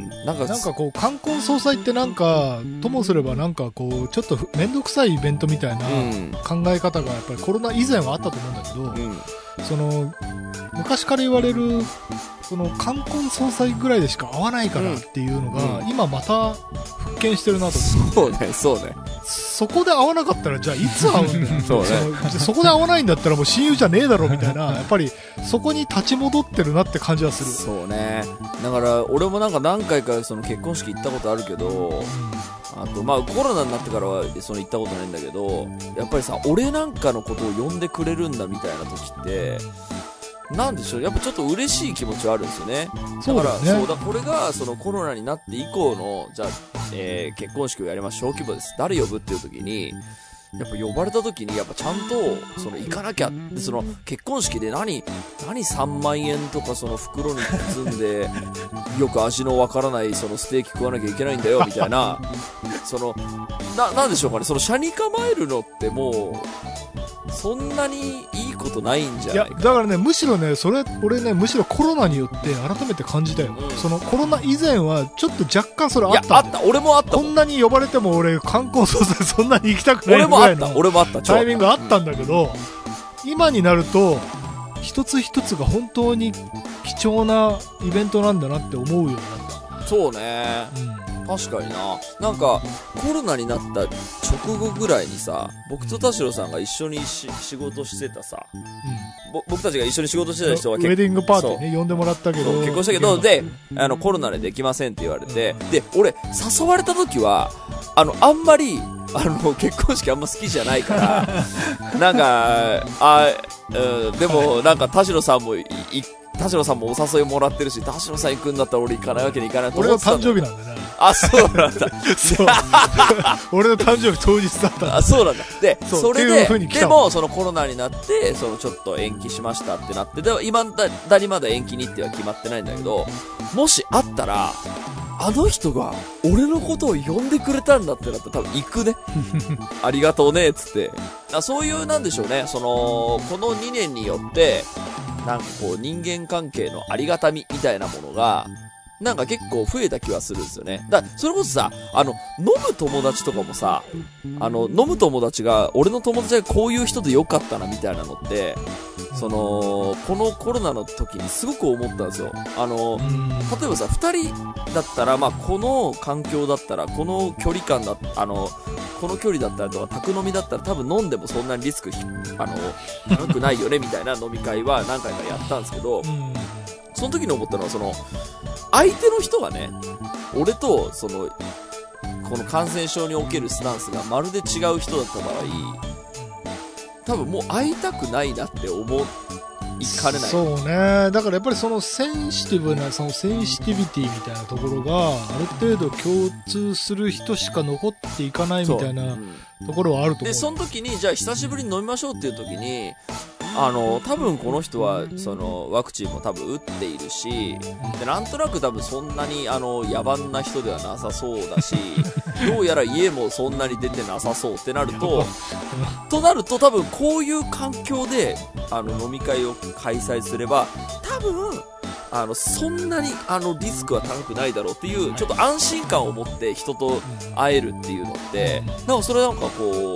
なんかなんかこう冠婚葬祭ってなんかともすればなんかこうちょっと面倒くさいイベントみたいな考え方がやっぱりコロナ以前はあったと思うんだけど、うん、その昔から言われるその冠婚葬祭ぐらいでしか会わないからっていうのが、うん、今また復権してるなと思って。 そうね、そうね。 そこで会わなかったらじゃあいつ会うんだよ。 そうね。 そ, そこで会わないんだったらもう親友じゃねえだろみたいな、やっぱりそこに立ち戻ってるなって感じはする。 そうね。だから俺もなんか何回かその結婚式行ったことあるけど、うん、あとまあコロナになってからはその行ったことないんだけど、やっぱりさ俺なんかのことを呼んでくれるんだみたいな時って、なんでしょう、やっぱちょっと嬉しい気持ちはあるんですよね。だから、そうだ、ね、そうだ、これがそのコロナになって以降のじゃあ、えー、結婚式をやります小規模です、誰呼ぶっていう時にやっぱ呼ばれた時にやっぱちゃんとその行かなきゃで、その結婚式で何何さんまんえんとかその袋に包んでよく味のわからないそのステーキ食わなきゃいけないんだよみたいなそのな、なんでしょうかね、その車に構えるのってもうそんなにいいことないんじゃないか。いやだからね、むしろね、それ俺ね、むしろコロナによって改めて感じたよ、うん、そのコロナ以前はちょっと若干それあったんだよ。 いやあった、俺もあったもん。 こんなに呼ばれても俺冠婚葬祭そんなに行きたくないぐらいの俺もあったタイミングがあったんだけど、うん、今になると一つ一つが本当に貴重なイベントなんだなって思うようになった。 そうね、うん、確かにな。なんかコロナになった直後ぐらいにさ、僕と田代さんが一緒にし仕事してたさ、うん、僕たちが一緒に仕事してた人はウェディングパーティーね呼んでもらったけど結婚したけど、であのコロナでできませんって言われて、うん、で俺誘われた時はあのあんまりあの結婚式あんま好きじゃないからなんかあ、うん、でもなんか田代さんもいい田代さんもお誘いもらってるし、田代さん行くんだったら俺行かないわけにいかないと思ってたんだ。 俺の誕生日なんだね。 あ、そうなんだ。 そう俺の誕生日当日だったんだ。 あ、そうなんだ。で、そ, それででもそのコロナになってそのちょっと延期しましたってなって、でも今だだにまだ延期にっては決まってないんだけど、もしあったらあの人が俺のことを呼んでくれたんだってなったら多分行くね。ありがとうねっつって。あ、そういうなんでしょうね、そのこのにねんによってなんかこう人間関係のありがたみみたいなものがなんか結構増えた気はするんですよね。だからそれこそさ、あの飲む友達とかもさ、あの飲む友達が俺の友達がこういう人でよかったなみたいなのって、そのこのコロナの時にすごく思ったんですよ。あの例えばさふたりだったら、まあこの環境だったらこの距離感だあのこの距離だったらとか宅飲みだったら多分飲んでもそんなにリスクあの高くないよねみたいな飲み会は何回かやったんですけど、その時に思ったのはその相手の人がね、俺とそのこの感染症におけるスタンスがまるで違う人だった場合、多分もう会いたくないなって思いかねない。 そうね。だからやっぱりそのセンシティブなそのセンシティビティみたいなところがある程度共通する人しか残っていかないみたいな、うん、ところはあると思う。 でその時にじゃあ久しぶりに飲みましょうっていう時に、あの多分この人はそのワクチンも多分打っているし、でなんとなく多分そんなにあの野蛮な人ではなさそうだしどうやら家もそんなに出てなさそうってなるととなると多分こういう環境であの飲み会を開催すれば多分あのそんなにあのリスクは高くないだろうっていうちょっと安心感を持って人と会えるっていうのって、なんかそれなんかこう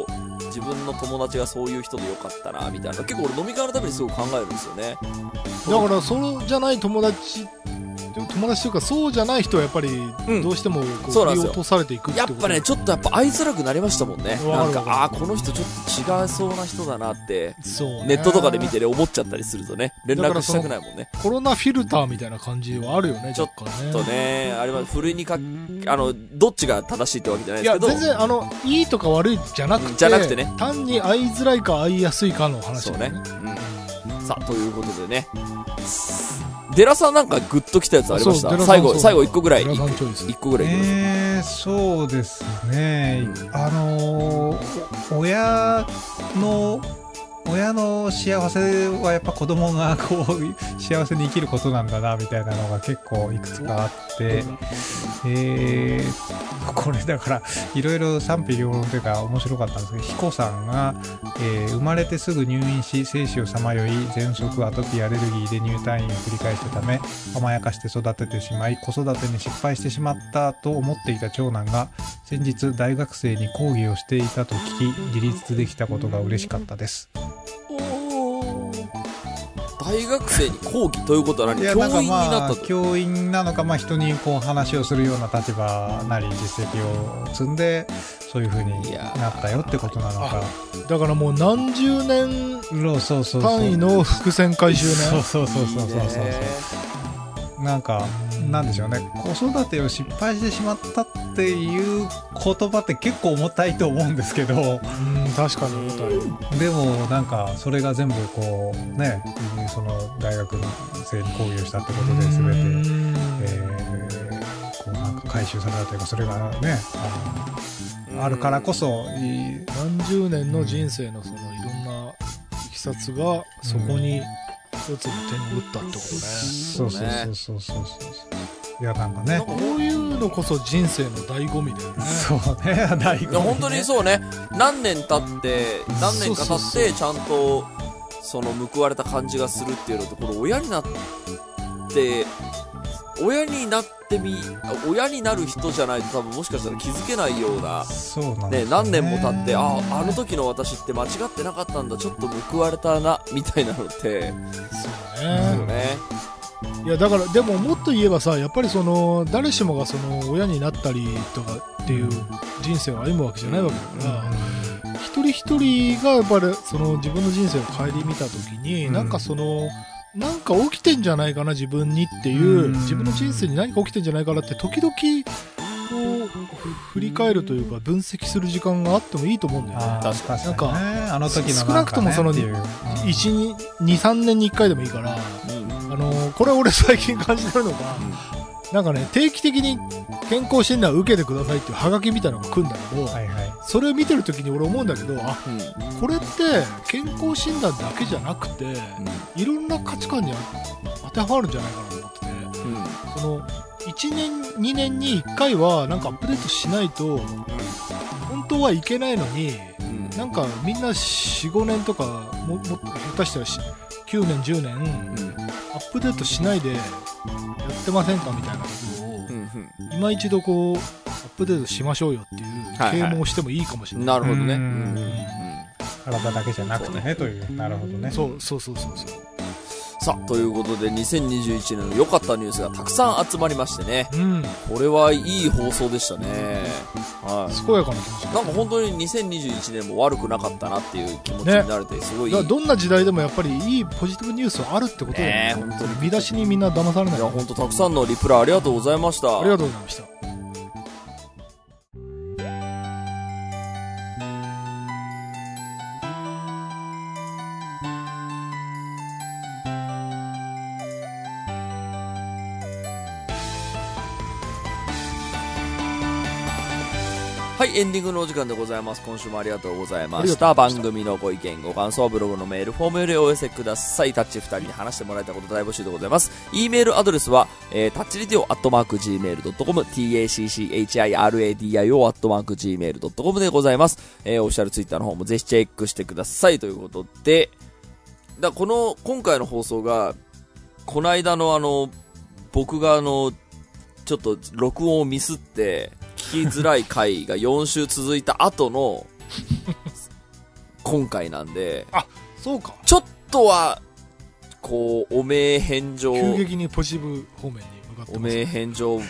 自分の友達がそういう人でよかったなみたいな、結構俺飲み会のためにすごく考えるんですよね。 だからそうじゃない友達友達というかそうじゃない人はやっぱりどうしてもこう振り落とされていくってこと。 やっぱねちょっとやっぱ会いづらくなりましたもんね。なんかああこの人ちょっと違うそうな人だなってそうね、 ネットとかで見てね思っちゃったりするとね連絡したくないもんね。 コロナフィルターみたいな感じはあるよね。 ちょっとねあれはふるいにかあのどっちが正しいってわけじゃないですけど、 いや全然あのいいとか悪いじゃなくて、 じゃなくてね単に会いづらいか会いやすいかの話だよね。 そうね、うん、さあということでね、デラさんなんかグッときたやつありました？最後最後一個ぐらい一個ぐらいえー、そうですね、うん、あのー、親の親の幸せはやっぱ子供がこう幸せに生きることなんだなみたいなのが結構いくつかあって、えー、これだからいろいろ賛否両論というか面白かったんですけど、彦さんが、えー、生まれてすぐ入院し生死をさまよい喘息アトピーアレルギーで入退院を繰り返したため甘やかして育ててしまい子育てに失敗してしまったと思っていた長男が先日大学生に講義をしていたと聞き自立できたことが嬉しかったです。 大学生に講義ということは何？教員になったと？ 教員なのか、まあ、人にこう話をするような立場なり実績を積んでそういう風になったよってことなのか。 だからもう何十年単位の伏線回収ね。 そうそうそうそうそうそうそう。なんかなんでしょうね、子育てを失敗してしまったっていう言葉って結構重たいと思うんですけど、うん確かに重たい。 でもなんかそれが全部こうね、その大学生に講義をしたってことで全て、えー、こうなんか回収されたというか、それがね あ, のあるからこそ何十年の人生のそのいろんないきさつがそこに一つの点を打ったってことね。 そうそうそうそうそうそう。いやなんかね、 こういうのこそ人生の醍醐味だよね。 そうね、醍醐味ね。 本当にそうね。何年経って何年か経ってちゃんとその報われた感じがするっていうのと、この親になって親になってみ親になる人じゃないと多分もしかしたら気づけないような、 そうなんね、何年も経ってああの時の私って間違ってなかったんだ、ちょっと報われたなみたいなのってそうね。 そうね。 いやだからでももっと言えばさ、やっぱりその誰しもがその親になったりとかっていう人生を歩むわけじゃないわけだから、うん、一人一人がやっぱりその自分の人生を顧みた時に、うん、なんかそのなんか起きてんじゃないかな自分にっていう、うん、自分の人生に何か起きてんじゃないかなって時々こう振り返るというか分析する時間があってもいいと思うんだよね。 確かにね。 なんかあの時の少なくともそのいち、に、さんねんにいっかいでもいいから、うん、あのこれは俺最近感じてるのが、うん、なんかね定期的に健康診断を受けてくださいっていうハガキみたいなのが来るんだけど、はいはい、それを見てる時に俺思うんだけど、あ、うん、これって健康診断だけじゃなくて、うん、いろんな価値観に当てはまるんじゃないかなと思ってて、うん、そのいちねんにねんにいっかいはなんかアップデートしないと、うん、本当はいけないのに、うん、なんかみんな よん,ご 年とかもも下手したらきゅうねんじゅうねん、うん、アップデートしないでやってませんかみたいなことを、うんうん、今一度こうアップデートしましょうよっていう啓蒙をしてもいいかもしれない。 はいはい、なるほどね、うんうんうん、 体だけじゃなくてねという、なるほどね。 そうそうそうそうそう。 さあということでにせんにじゅういちねんの良かったニュースがたくさん集まりましてね、 うん、 これはいい放送でしたね。はい、 健やかな気持ち。 なんか本当ににせんにじゅういちねんも悪くなかったなっていう気持ちになれてすごい、ね、 どんな時代でもやっぱりいいポジティブニュースはあるってことだよね。本当に見出しにみんな騙されない。 いや本当たくさんのリプライありがとうございました。 ありがとうございました。 はい、エンディングのお時間でございます。今週もありがとうございました。番組のご意見ご感想はブログのメールフォームよりお寄せください。タッチふたりに話してもらいたいこと大募集でございます。 E メールアドレスは、えー、タッチリディオアットマーク ジーメールドットコム タッチリディオアットマーク ジーメールドットコム でございます。えー、オフィシャルツイッターの方もぜひチェックしてくださいということで、だこの今回の放送がこの間のあの僕があのちょっと録音をミスって聞きづらい回がよん週続いた後の今回なんで、 あ、そうか。 ちょっとは、こう、お名返上。 急激にポジティブ方面に向かってます、ね。 お名返上。うん、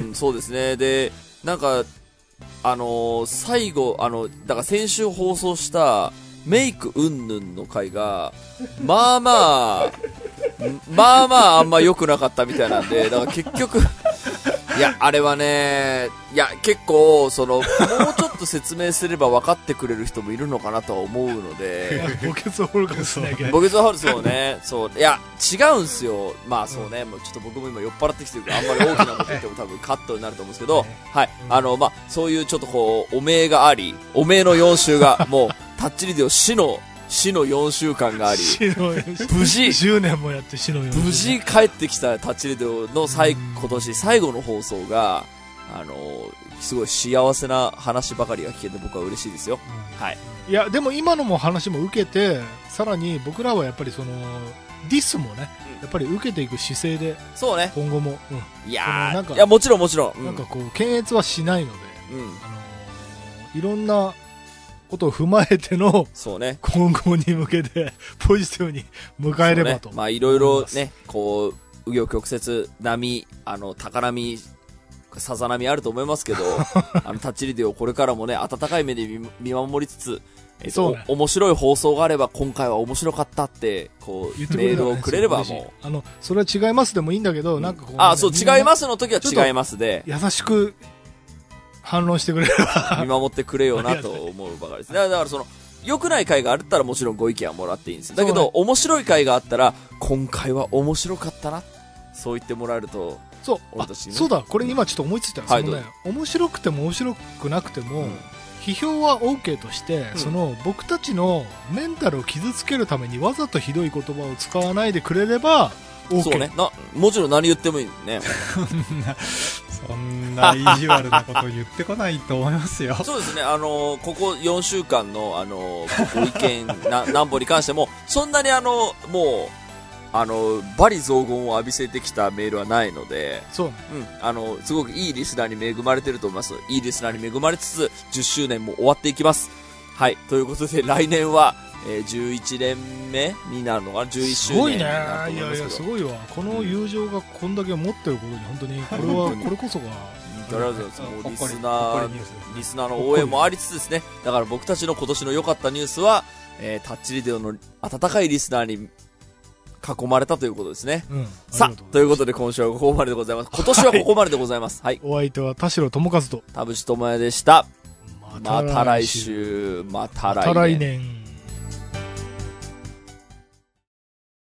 そうですね。で、なんか、あのー、最後、あの、だから先週放送したメイクうんぬんの回が、まあまあ、まあまああんま良くなかったみたいなんで、だから結局、いや、あれはね、いや、結構、その、もうちょっと説明すれば分かってくれる人もいるのかなとは思うので、 墓穴を掘るかもしれないけど。 墓穴を掘る、そうね、そう、いや、違うんすよ。まあそうね、もうちょっと僕も今酔っ払ってきてるから、あんまり大きなこと言っても多分カットになると思うんですけど、はい、あの、まあ、そういうちょっとこう、お名があり、お名のよん週が、もう、タッチリデオ死の、死のよんしゅうかんがあり、無事、 じゅうねんもやって死のよんしゅうかん。 無事帰ってきたタッチレデオの最、今年最後の放送が、あのー、すごい幸せな話ばかりが聞けて僕は嬉しいですよ。うん、はい。 いや、でも今のも話も受けて、さらに僕らはやっぱりその、ディスもね、うん、やっぱり受けていく姿勢で、 そうね。 今後も、 うん、いやー、なんか、いや、もちろんもちろん。 うん、なんかこう、検閲はしないので、 うん、あのー、いろんな、ことを踏まえての、 そうね。 今後に向けて、ポジティブに迎えればと。 ね、まあ、いろいろね、こう、紆余曲折、波、あの、高波、さざ波あると思いますけど、あの、タッチリデオこれからもね、温かい目で 見, 見守りつつ、えっと、ね、面白い放送があれば、今回は面白かったって、こう、メールをくれればもう。あの、それは違いますでもいいんだけど、うん、なんかこう、ね。 あ、そう、違いますの時は違いますで。 優しく、反論してくれれば見守ってくれよなと思うばかりです。だからその、良くない回があったらもちろんご意見はもらっていいんですよ。だけど、ね、面白い回があったら、今回は面白かったな。そう言ってもらえると、 そう、俺たち、ね、そうだ、これ今ちょっと思いついたら、はい、そのね、面白くても面白くなくても、うん、批評は OK として、うん、その、僕たちのメンタルを傷つけるためにわざとひどい言葉を使わないでくれれば、OK。 そうね。な、もちろん何言ってもいいね。 そんな意地悪なこと言ってこないと思いますよ。 そうですね。あのー、ここよんしゅうかんの、あのー、ご意見な、何本に関しても、そんなにあの、もう、あの、罵詈雑言を浴びせてきたメールはないので、 そうね。 うん。あの、すごくいいリスナーに恵まれてると思います。いいリスナーに恵まれつつ、じゅっしゅうねんも終わっていきます。はい。ということで、来年は、えー、じゅういちねんめになるのかな、じゅういっしゅうねんになると思いますけど。 すごいね。いやいや、すごいわ。この友情がこんだけ持ってることに、本当に、これは、これこそが。 ありがとうございます。もうリスナー、リスナーの応援もありつつですね。だから僕たちの今年の良かったニュースは、えー、タッチリデオの温かいリスナーに囲まれたということですね。うん、さあ、ということで今週はここまででございます。今年はここまででございます。はい。 はい、お相手は田代智和と田淵智也でした。また来週、また来年。また来年。